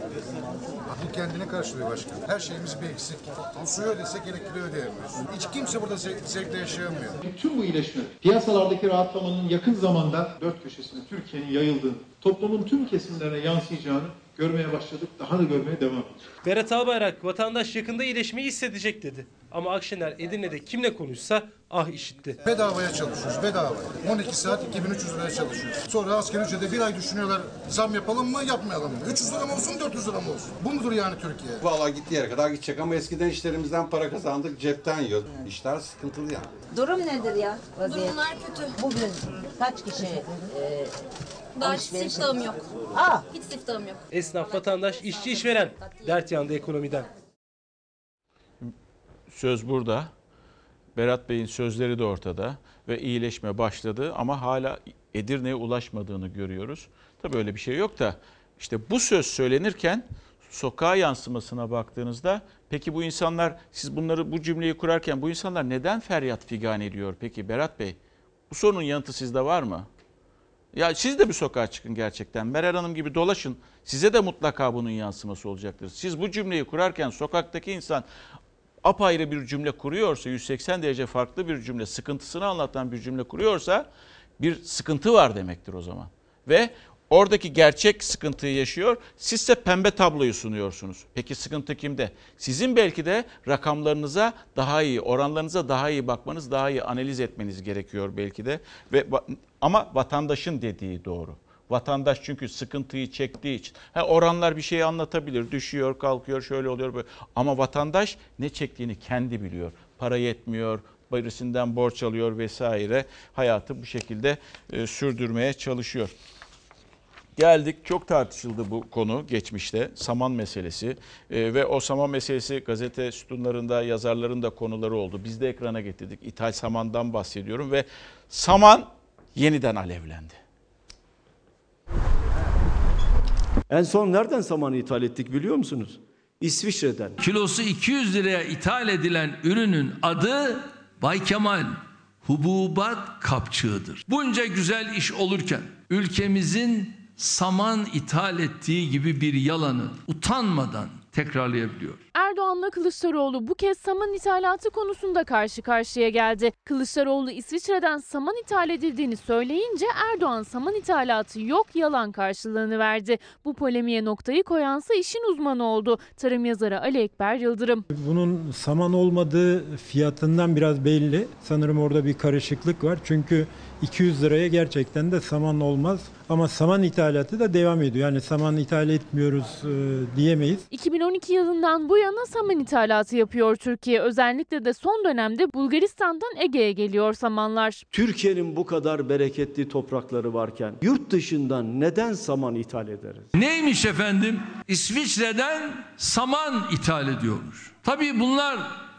Bu kendine karşılıyor başkanım. Her şeyimiz bir eksik. Suyu ödesek elektriği ödeyemiyoruz. Hiç kimse burada zevkle yaşayamıyor. Tüm bu iyileşme, piyasalardaki rahatlamanın yakın zamanda dört köşesine Türkiye'nin yayıldığını, toplumun tüm kesimlerine yansıyacağını görmeye başladık. Daha da görmeye devam edeceğiz. Berat Albayrak vatandaş yakında iyileşmeyi hissedecek dedi. Ama Akşener Edirne'de kimle konuşsa ah işitti. Bedavaya çalışıyoruz, bedava. 12 saat 2300 liraya çalışıyoruz. Sonra asgari ücrete bir ay düşünüyorlar zam yapalım mı yapmayalım mı? 300 lira mı olsun 400 lira mı olsun? Bu mudur yani Türkiye? Vallahi gittiği yere kadar gidecek ama eskiden işlerimizden para kazandık, cepten yiyoruz. İşler sıkıntılı yani. Durum nedir ya? Vaziyet? Durumlar kötü. Bugün kaç kişi Daha hiç siftahım yok. Hiç siftahım yok. Esnaf, vatandaş, işçi, işveren dert yandı ekonomiden. Söz burada. Berat Bey'in sözleri de ortada ve iyileşme başladı ama hala Edirne'ye ulaşmadığını görüyoruz. Tabii öyle bir şey yok da işte bu söz söylenirken sokağa yansımasına baktığınızda peki bu insanlar, siz bu cümleyi kurarken bu insanlar neden feryat figan ediyor peki Berat Bey? Bu sorunun yanıtı sizde var mı? Ya siz de bir sokağa çıkın gerçekten. Meral Hanım gibi dolaşın. Size de mutlaka bunun yansıması olacaktır. Siz bu cümleyi kurarken sokaktaki insan apayrı bir cümle kuruyorsa, 180 derece farklı bir cümle, sıkıntısını anlatan bir cümle kuruyorsa bir sıkıntı var demektir o zaman. Ve oradaki gerçek sıkıntıyı yaşıyor, sizse pembe tabloyu sunuyorsunuz. Peki sıkıntı kimde? Sizin belki de rakamlarınıza daha iyi, oranlarınıza daha iyi bakmanız, daha iyi analiz etmeniz gerekiyor belki de. Ama vatandaşın dediği doğru. Vatandaş çünkü sıkıntıyı çektiği için. Oranlar bir şeyi anlatabilir. Düşüyor, kalkıyor, şöyle oluyor böyle. Ama vatandaş ne çektiğini kendi biliyor. Para yetmiyor, birisinden borç alıyor vesaire. Hayatı bu şekilde sürdürmeye çalışıyor. Geldik, çok tartışıldı bu konu geçmişte, saman meselesi ve o saman meselesi gazete sütunlarında, yazarların da konuları oldu. Biz de ekrana getirdik, ithal samandan bahsediyorum ve saman yeniden alevlendi. En son nereden samanı ithal ettik biliyor musunuz? İsviçre'den. Kilosu 200 liraya ithal edilen ürünün adı Bay Kemal hububat kapçığıdır. Bunca güzel iş olurken ülkemizin saman ithal ettiği gibi bir yalanı utanmadan tekrarlayabiliyor. Erdoğan'la Kılıçdaroğlu bu kez saman ithalatı konusunda karşı karşıya geldi. Kılıçdaroğlu İsviçre'den saman ithal edildiğini söyleyince Erdoğan saman ithalatı yok, yalan karşılığını verdi. Bu polemiğe noktayı koyansa işin uzmanı oldu. Tarım yazarı Ali Ekber Yıldırım. Bunun saman olmadığı fiyatından biraz belli. Sanırım orada bir karışıklık var. Çünkü 200 liraya gerçekten de saman olmaz. Ama saman ithalatı da devam ediyor. Yani saman ithal etmiyoruz diyemeyiz. 2012 yılından bu yana saman ithalatı yapıyor Türkiye. Özellikle de son dönemde Bulgaristan'dan Ege'ye geliyor samanlar. Türkiye'nin bu kadar bereketli toprakları varken yurt dışından neden saman ithal ederiz? Neymiş efendim? İsviçre'den saman ithal ediyormuş. Tabii bunlar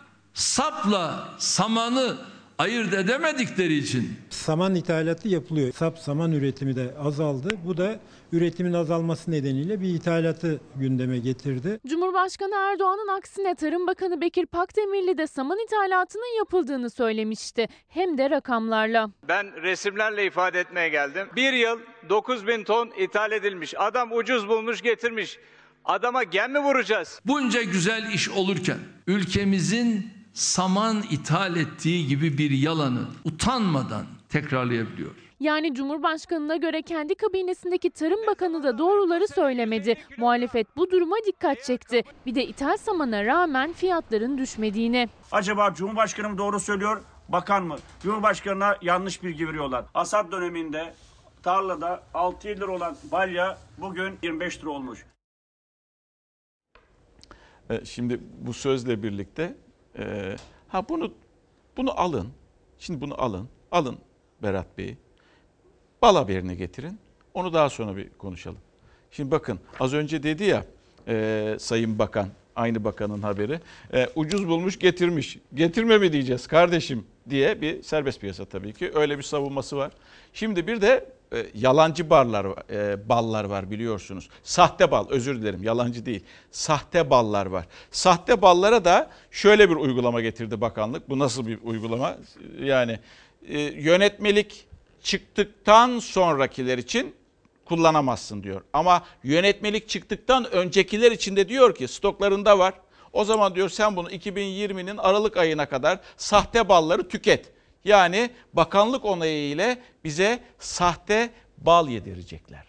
sapla samanı ayırt edemedikleri için. Saman ithalatı yapılıyor. Sap saman üretimi de azaldı. Bu da üretimin azalması nedeniyle bir ithalatı gündeme getirdi. Cumhurbaşkanı Erdoğan'ın aksine Tarım Bakanı Bekir Pakdemirli de saman ithalatının yapıldığını söylemişti. Hem de rakamlarla. Ben resimlerle ifade etmeye geldim. Bir yıl 9.000 ton ithal edilmiş. Adam ucuz bulmuş getirmiş. Adama gem mi vuracağız? Bunca güzel iş olurken ülkemizin saman ithal ettiği gibi bir yalanı utanmadan tekrarlayabiliyor. Yani Cumhurbaşkanı'na göre kendi kabinesindeki Tarım Bakanı da doğruları söylemedi. Muhalefet bu duruma dikkat çekti. Bir de ithal samana rağmen fiyatların düşmediğini. Acaba Cumhurbaşkanı mı doğru söylüyor, bakan mı? Cumhurbaşkanına yanlış bilgi veriyorlar. Hasat döneminde tarlada 6 lira olan balya bugün 25 lira olmuş. Şimdi bu sözle birlikte bunu alın. Şimdi bunu alın Berat Bey'i. Bal haberini getirin. Onu daha sonra bir konuşalım. Şimdi bakın az önce dedi ya Sayın Bakan, aynı bakanın haberi. Ucuz bulmuş getirmiş. Getirme mi diyeceğiz kardeşim diye bir serbest piyasa tabii ki. Öyle bir savunması var. Şimdi bir de yalancı ballar var biliyorsunuz. Sahte bal, özür dilerim, yalancı değil. Sahte ballar var. Sahte ballara da şöyle bir uygulama getirdi bakanlık. Bu nasıl bir uygulama? Yani yönetmelik çıktıktan sonrakiler için kullanamazsın diyor. Ama yönetmelik çıktıktan öncekiler için de diyor ki stoklarında var. O zaman diyor sen bunu 2020'nin Aralık ayına kadar sahte balları tüket. Yani bakanlık onayı ile bize sahte bal yedirecekler.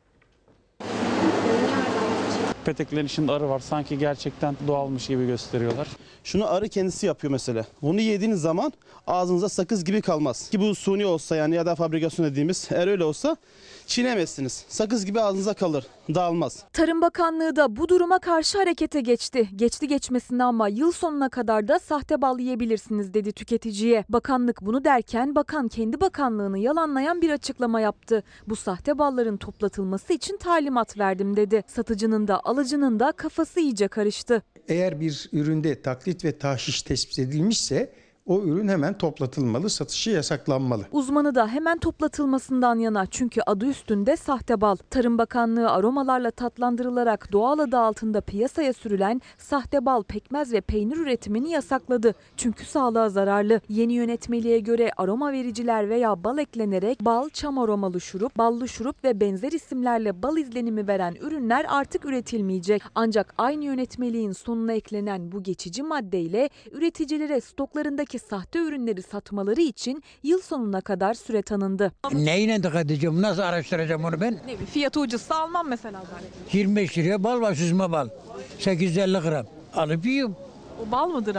Peteklerin içinde arı var. Sanki gerçekten doğalmış gibi gösteriyorlar. Şunu arı kendisi yapıyor mesela. Onu yediğiniz zaman ağzınıza sakız gibi kalmaz. Ki bu suni olsa yani ya da fabrikasyon dediğimiz eğer öyle olsa çiğnemezsiniz. Sakız gibi ağzınıza kalır, dağılmaz. Tarım Bakanlığı da bu duruma karşı harekete geçti. Geçti geçmesine ama yıl sonuna kadar da sahte bal yiyebilirsiniz dedi tüketiciye. Bakanlık bunu derken bakan kendi bakanlığını yalanlayan bir açıklama yaptı. Bu sahte balların toplatılması için talimat verdim dedi. Satıcının da alıcının da kafası iyice karıştı. Eğer bir üründe taklit ve tahşiş tespit edilmişse o ürün hemen toplatılmalı, satışı yasaklanmalı. Uzmanı da hemen toplatılmasından yana çünkü adı üstünde sahte bal. Tarım Bakanlığı aromalarla tatlandırılarak doğal adı altında piyasaya sürülen sahte bal, pekmez ve peynir üretimini yasakladı. Çünkü sağlığa zararlı. Yeni yönetmeliğe göre aroma vericiler veya bal eklenerek bal, çam aromalı şurup, ballı şurup ve benzer isimlerle bal izlenimi veren ürünler artık üretilmeyecek. Ancak aynı yönetmeliğin sonuna eklenen bu geçici maddeyle üreticilere stoklarındaki sahte ürünleri satmaları için yıl sonuna kadar süre tanındı. Neyine dikkat edeceğim? Nasıl araştıracağım onu ben? Ne, fiyatı ucuzsa almam mesela zaten. 25 liraya bal var, süzme bal. 850 gram. Alıp yiyorum. O bal mıdır ama?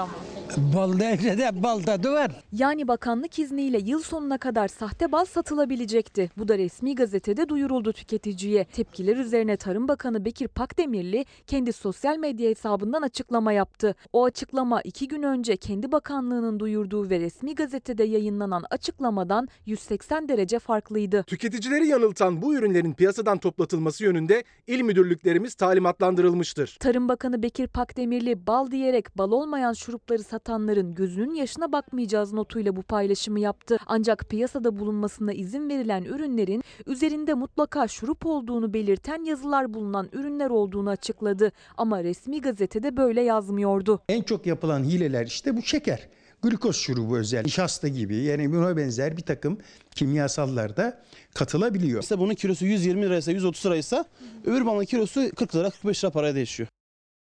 Bal değilse de bal tadı var. Yani bakanlık izniyle yıl sonuna kadar sahte bal satılabilecekti. Bu da resmi gazetede duyuruldu tüketiciye. Tepkiler üzerine Tarım Bakanı Bekir Pakdemirli kendi sosyal medya hesabından açıklama yaptı. O açıklama 2 gün önce kendi bakanlığının duyurduğu ve resmi gazetede yayınlanan açıklamadan 180 derece farklıydı. Tüketicileri yanıltan bu ürünlerin piyasadan toplatılması yönünde il müdürlüklerimiz talimatlandırılmıştır. Tarım Bakanı Bekir Pakdemirli bal diyerek bal olmayan şurupları satanların gözünün yaşına bakmayacağız notuyla bu paylaşımı yaptı. Ancak piyasada bulunmasına izin verilen ürünlerin üzerinde mutlaka şurup olduğunu belirten yazılar bulunan ürünler olduğunu açıkladı. Ama resmi gazetede böyle yazmıyordu. En çok yapılan hileler işte bu şeker. Glikoz şurubu özel, nişasta gibi yani buna benzer bir takım kimyasallar da katılabiliyor. İşte bunun kilosu 120 liraysa 130 liraysa öbür balın kilosu 40 lira 45 lira paraya değişiyor.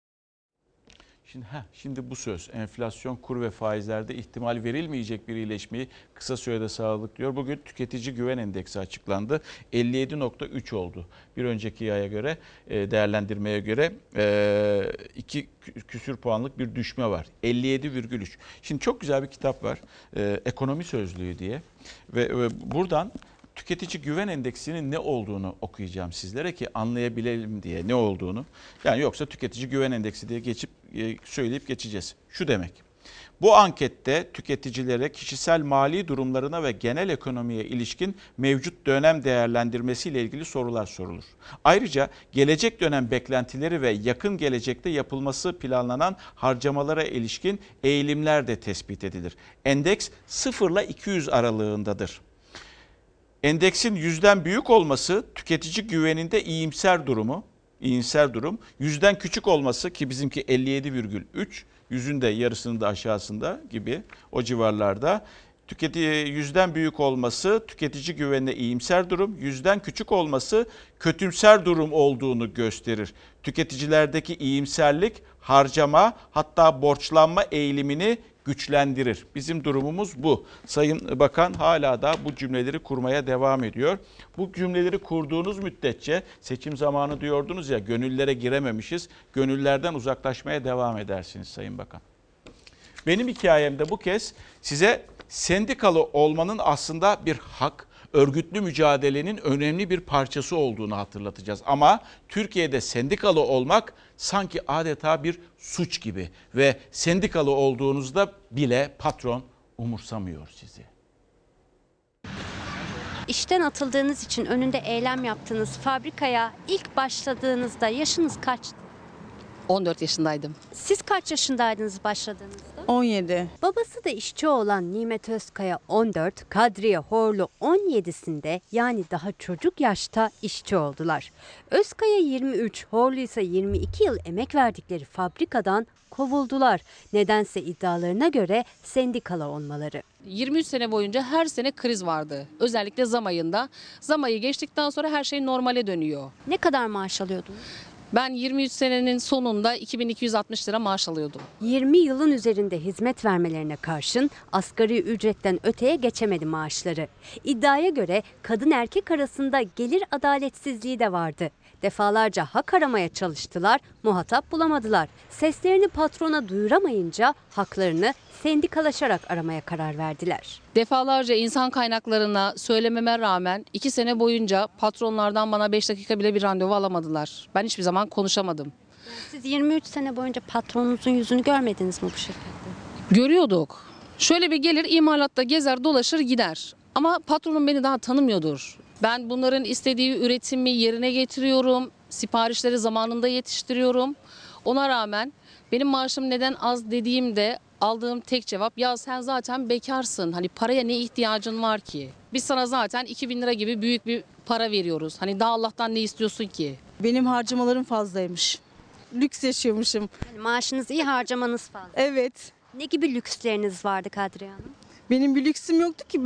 Şimdi bu söz enflasyon, kur ve faizlerde ihtimal verilmeyecek bir iyileşmeyi kısa sürede sağladık diyor. Bugün tüketici güven endeksi açıklandı. 57.3 oldu. Bir önceki aya göre değerlendirmeye göre 2 küsür puanlık bir düşme var. 57,3. Şimdi çok güzel bir kitap var. Ekonomi Sözlüğü diye ve buradan tüketici güven endeksinin ne olduğunu okuyacağım sizlere ki anlayabilelim diye ne olduğunu. Yani yoksa tüketici güven endeksi diye söyleyip geçeceğiz. Şu demek. Bu ankette tüketicilere kişisel mali durumlarına ve genel ekonomiye ilişkin mevcut dönem değerlendirmesiyle ilgili sorular sorulur. Ayrıca gelecek dönem beklentileri ve yakın gelecekte yapılması planlanan harcamalara ilişkin eğilimler de tespit edilir. Endeks 0 ile 200 aralığındadır. Endeksin 100'den büyük olması tüketici güveninde iyimser durum. 100'den küçük olması ki bizimki 57,3, 100'ün de yarısının da aşağısında gibi o civarlarda. 100'den büyük olması tüketici güvenine iyimser durum, 100'den küçük olması kötümser durum olduğunu gösterir. Tüketicilerdeki iyimserlik harcama hatta borçlanma eğilimini güçlendirir. Bizim durumumuz bu. Sayın Bakan hala da bu cümleleri kurmaya devam ediyor. Bu cümleleri kurduğunuz müddetçe seçim zamanı diyordunuz ya gönüllere girememişiz. Gönüllerden uzaklaşmaya devam edersiniz Sayın Bakan. Benim hikayemde bu kez size sendikalı olmanın aslında bir hak, örgütlü mücadelenin önemli bir parçası olduğunu hatırlatacağız. Ama Türkiye'de sendikalı olmak sanki adeta bir suç gibi ve sendikalı olduğunuzda bile patron umursamıyor sizi. İşten atıldığınız için önünde eylem yaptığınız fabrikaya ilk başladığınızda yaşınız kaçtı? 14 yaşındaydım. Siz kaç yaşındaydınız başladığınızda? 17. Babası da işçi olan Nimet Özkaya 14, Kadriye Horlu 17'sinde yani daha çocuk yaşta işçi oldular. Özkaya 23, Horlu ise 22 yıl emek verdikleri fabrikadan kovuldular. Nedense iddialarına göre sendikalı olmaları. 23 sene boyunca her sene kriz vardı. Özellikle zam ayında. Zam ayı geçtikten sonra her şey normale dönüyor. Ne kadar maaş alıyordunuz? Ben 23 senenin sonunda 2260 lira maaş alıyordum. 20 yılın üzerinde hizmet vermelerine karşın asgari ücretten öteye geçemedi maaşları. İddiaya göre kadın erkek arasında gelir adaletsizliği de vardı. Defalarca hak aramaya çalıştılar, muhatap bulamadılar. Seslerini patrona duyuramayınca haklarını sendikalaşarak aramaya karar verdiler. Defalarca insan kaynaklarına söylememe rağmen 2 sene boyunca patronlardan bana 5 dakika bile bir randevu alamadılar. Ben hiçbir zaman konuşamadım. Siz 23 sene boyunca patronunuzun yüzünü görmediniz mi bu şirkette? Görüyorduk. Şöyle bir gelir imalatta gezer dolaşır gider. Ama patronum beni daha tanımıyordur. Ben bunların istediği üretimi yerine getiriyorum. Siparişleri zamanında yetiştiriyorum. Ona rağmen benim maaşım neden az dediğimde aldığım tek cevap ya sen zaten bekarsın. Hani paraya ne ihtiyacın var ki? Biz sana zaten 2000 lira gibi büyük bir para veriyoruz. Hani daha Allah'tan ne istiyorsun ki? Benim harcamalarım fazlaymış. Lüks yaşıyormuşum. Yani maaşınız iyi, harcamanız fazla. Evet. Ne gibi lüksleriniz vardı Kadriye Hanım? Benim bir lüksüm yoktu ki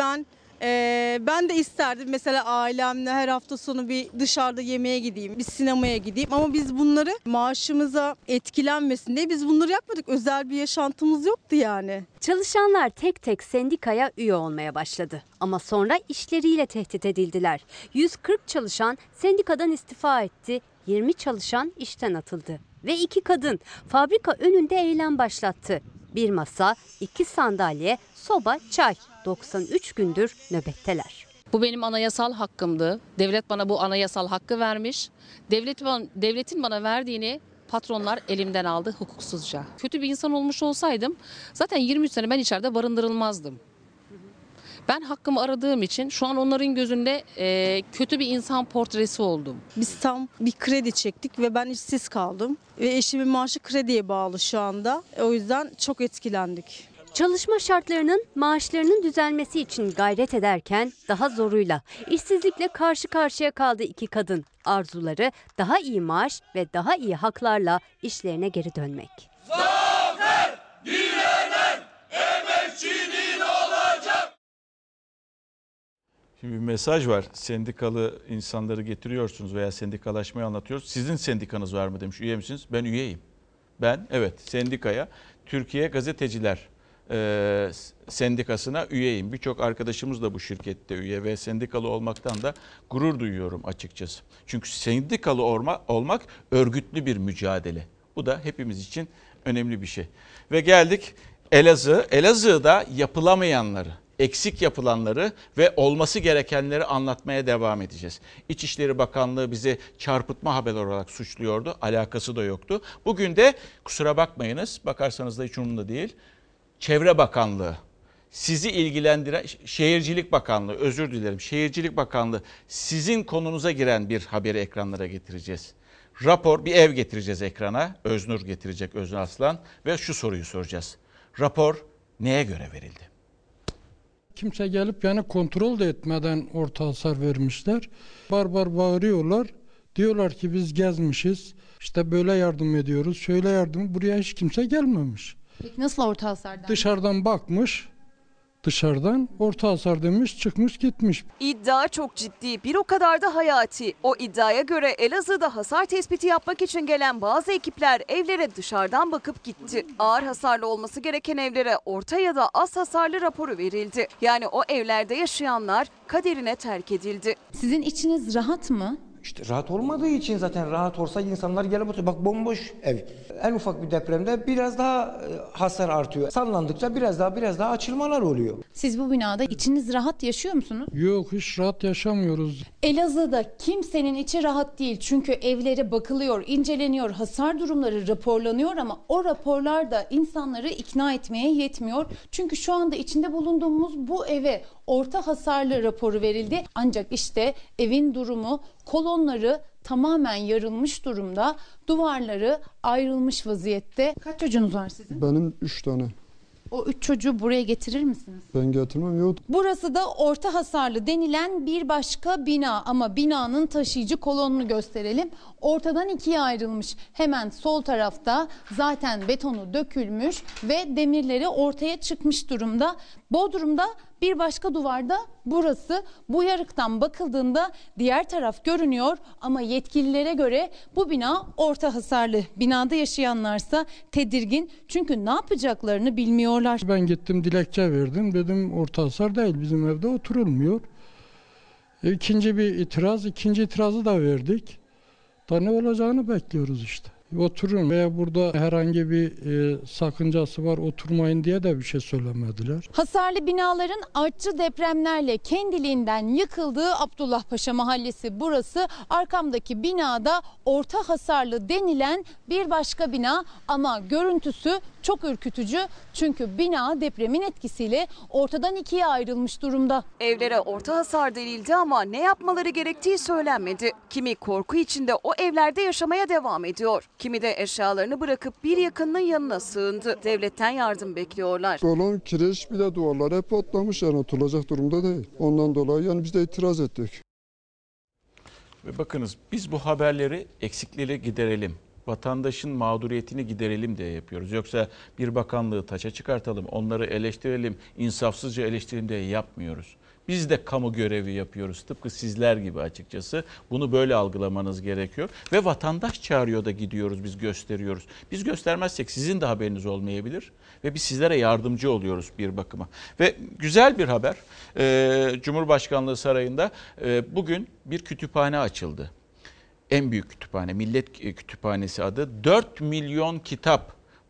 ben de isterdim mesela ailemle her hafta sonu bir dışarıda yemeğe gideyim, bir sinemaya gideyim ama biz bunları maaşımıza etkilenmesin diye biz bunları yapmadık. Özel bir yaşantımız yoktu yani. Çalışanlar tek tek sendikaya üye olmaya başladı ama sonra işleriyle tehdit edildiler. 140 çalışan sendikadan istifa etti, 20 çalışan işten atıldı ve 2 kadın fabrika önünde eylem başlattı. Bir masa, 2 sandalye, soba, çay. 93 gündür nöbetteler. Bu benim anayasal hakkımdı. Devlet bana bu anayasal hakkı vermiş. Devletin bana verdiğini patronlar elimden aldı hukuksuzca. Kötü bir insan olmuş olsaydım zaten 23 sene ben içeride barındırılmazdım. Ben hakkımı aradığım için şu an onların gözünde kötü bir insan portresi oldum. Biz tam bir kredi çektik ve ben işsiz kaldım. Ve eşimin maaşı krediye bağlı şu anda. O yüzden çok etkilendik. Çalışma şartlarının, maaşlarının düzelmesi için gayret ederken daha zoruyla, işsizlikle karşı karşıya kaldı iki kadın. Arzuları daha iyi maaş ve daha iyi haklarla işlerine geri dönmek. Zafer direnen emekçinin olacak. Şimdi bir mesaj var. Sendikalı insanları getiriyorsunuz veya sendikalaşmayı anlatıyoruz. Sizin sendikanız var mı demiş. Üye misiniz? Ben üyeyim. Ben evet sendikaya, Türkiye Gazeteciler Sendikası'na üyeyim. Birçok arkadaşımız da bu şirkette üye ve sendikalı olmaktan da gurur duyuyorum açıkçası. Çünkü sendikalı olmak örgütlü bir mücadele. Bu da hepimiz için önemli bir şey. Ve geldik Elazığ. Elazığ'da yapılamayanları, eksik yapılanları ve olması gerekenleri anlatmaya devam edeceğiz. İçişleri Bakanlığı bizi çarpıtma haber olarak suçluyordu. Alakası da yoktu. Bugün de kusura bakmayınız, bakarsanız da hiç umurumda değil. Çevre Bakanlığı, sizi ilgilendiren Şehircilik Bakanlığı, özür dilerim. Şehircilik Bakanlığı sizin konunuza giren bir haberi ekranlara getireceğiz. Rapor, bir ev getireceğiz ekrana. Öznur getirecek, Öznur Aslan ve şu soruyu soracağız. Rapor neye göre verildi? Kimse gelip yani kontrol de etmeden orta hasar vermişler. Barbar bağırıyorlar. Diyorlar ki biz gezmişiz. İşte böyle yardım ediyoruz. Şöyle yardım. Buraya hiç kimse gelmemiş. Peki nasıl orta hasardan? Dışarıdan bakmış. Dışarıdan orta hasar demiş, çıkmış gitmiş. İddia çok ciddi, bir o kadar da hayati. O iddiaya göre Elazığ'da hasar tespiti yapmak için gelen bazı ekipler evlere dışarıdan bakıp gitti. Ağır hasarlı olması gereken evlere orta ya da az hasarlı raporu verildi. Yani o evlerde yaşayanlar kaderine terk edildi. Sizin içiniz rahat mı? İşte rahat olmadığı için zaten rahat olsa insanlar gelip oturuyor. Bak bomboş ev. En ufak bir depremde biraz daha hasar artıyor. Sallandıkça biraz daha açılmalar oluyor. Siz bu binada içiniz rahat yaşıyor musunuz? Yok, hiç rahat yaşamıyoruz. Elazığ'da kimsenin içi rahat değil. Çünkü evlere bakılıyor, inceleniyor, hasar durumları raporlanıyor ama o raporlar da insanları ikna etmeye yetmiyor. Çünkü şu anda içinde bulunduğumuz bu eve orta hasarlı raporu verildi. Ancak işte evin durumu, kolonları tamamen yarılmış durumda, duvarları ayrılmış vaziyette. Kaç çocuğunuz var sizin? Benim 3 tane. O 3 çocuğu buraya getirir misiniz? Ben getirmem, yok. Burası da orta hasarlı denilen bir başka bina ama binanın taşıyıcı kolonunu gösterelim. Ortadan ikiye ayrılmış. Hemen sol tarafta zaten betonu dökülmüş ve demirleri ortaya çıkmış durumda. Bodrum'da bir başka duvarda burası. Bu yarıktan bakıldığında diğer taraf görünüyor ama yetkililere göre bu bina orta hasarlı. Binada yaşayanlarsa tedirgin çünkü ne yapacaklarını bilmiyorlar. Ben gittim dilekçe verdim. Dedim orta hasar değil, bizim evde oturulmuyor. İkinci itirazı da verdik. Da ne olacağını bekliyoruz işte. Oturun veya burada herhangi bir sakıncası var oturmayın diye de bir şey söylemediler. Hasarlı binaların artçı depremlerle kendiliğinden yıkıldığı Abdullahpaşa Mahallesi burası. Arkamdaki binada orta hasarlı denilen bir başka bina ama görüntüsü çok ürkütücü. Çünkü bina depremin etkisiyle ortadan ikiye ayrılmış durumda. Evlere orta hasar denildi ama ne yapmaları gerektiği söylenmedi. Kimi korku içinde o evlerde yaşamaya devam ediyor. Kimi de eşyalarını bırakıp bir yakınının yanına sığındı. Devletten yardım bekliyorlar. Olan kireç bir de duvarlar hep patlamış, yani oturulacak durumda değil. Ondan dolayı yani biz de itiraz ettik. Ve bakınız biz bu haberleri, eksikleri giderelim. Vatandaşın mağduriyetini giderelim diye yapıyoruz. Yoksa bir bakanlığı taça çıkartalım, onları eleştirelim, insafsızca eleştirelim diye yapmıyoruz. Biz de kamu görevi yapıyoruz. Tıpkı sizler gibi açıkçası. Bunu böyle algılamanız gerekiyor. Ve vatandaş çağırıyor da gidiyoruz, biz gösteriyoruz. Biz göstermezsek sizin de haberiniz olmayabilir. Ve biz sizlere yardımcı oluyoruz bir bakıma. Ve güzel bir haber. Cumhurbaşkanlığı Sarayı'nda bugün bir kütüphane açıldı. En büyük kütüphane, Millet Kütüphanesi adı. 4 milyon kitap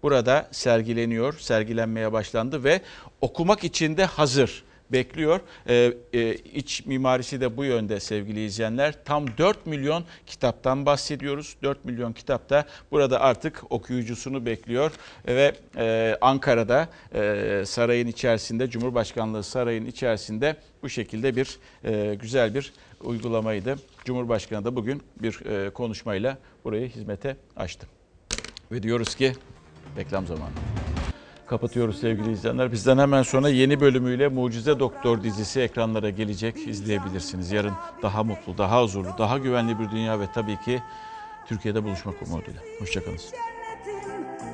burada sergileniyor, sergilenmeye başlandı ve okumak için de hazır. Bekliyor. İç mimarisi de bu yönde sevgili izleyenler. Tam 4 milyon kitaptan bahsediyoruz. 4 milyon kitap da burada artık okuyucusunu bekliyor. Ve Ankara'da sarayın içerisinde, Cumhurbaşkanlığı sarayın içerisinde bu şekilde bir güzel bir uygulamaydı. Cumhurbaşkanı da bugün bir konuşmayla burayı hizmete açtı. Ve diyoruz ki reklam zamanı. Kapatıyoruz sevgili izleyenler. Bizden hemen sonra yeni bölümüyle Mucize Doktor dizisi ekranlara gelecek. İzleyebilirsiniz. Yarın daha mutlu, daha huzurlu, daha güvenli bir dünya ve tabii ki Türkiye'de buluşmak umuduyla. Hoşçakalın.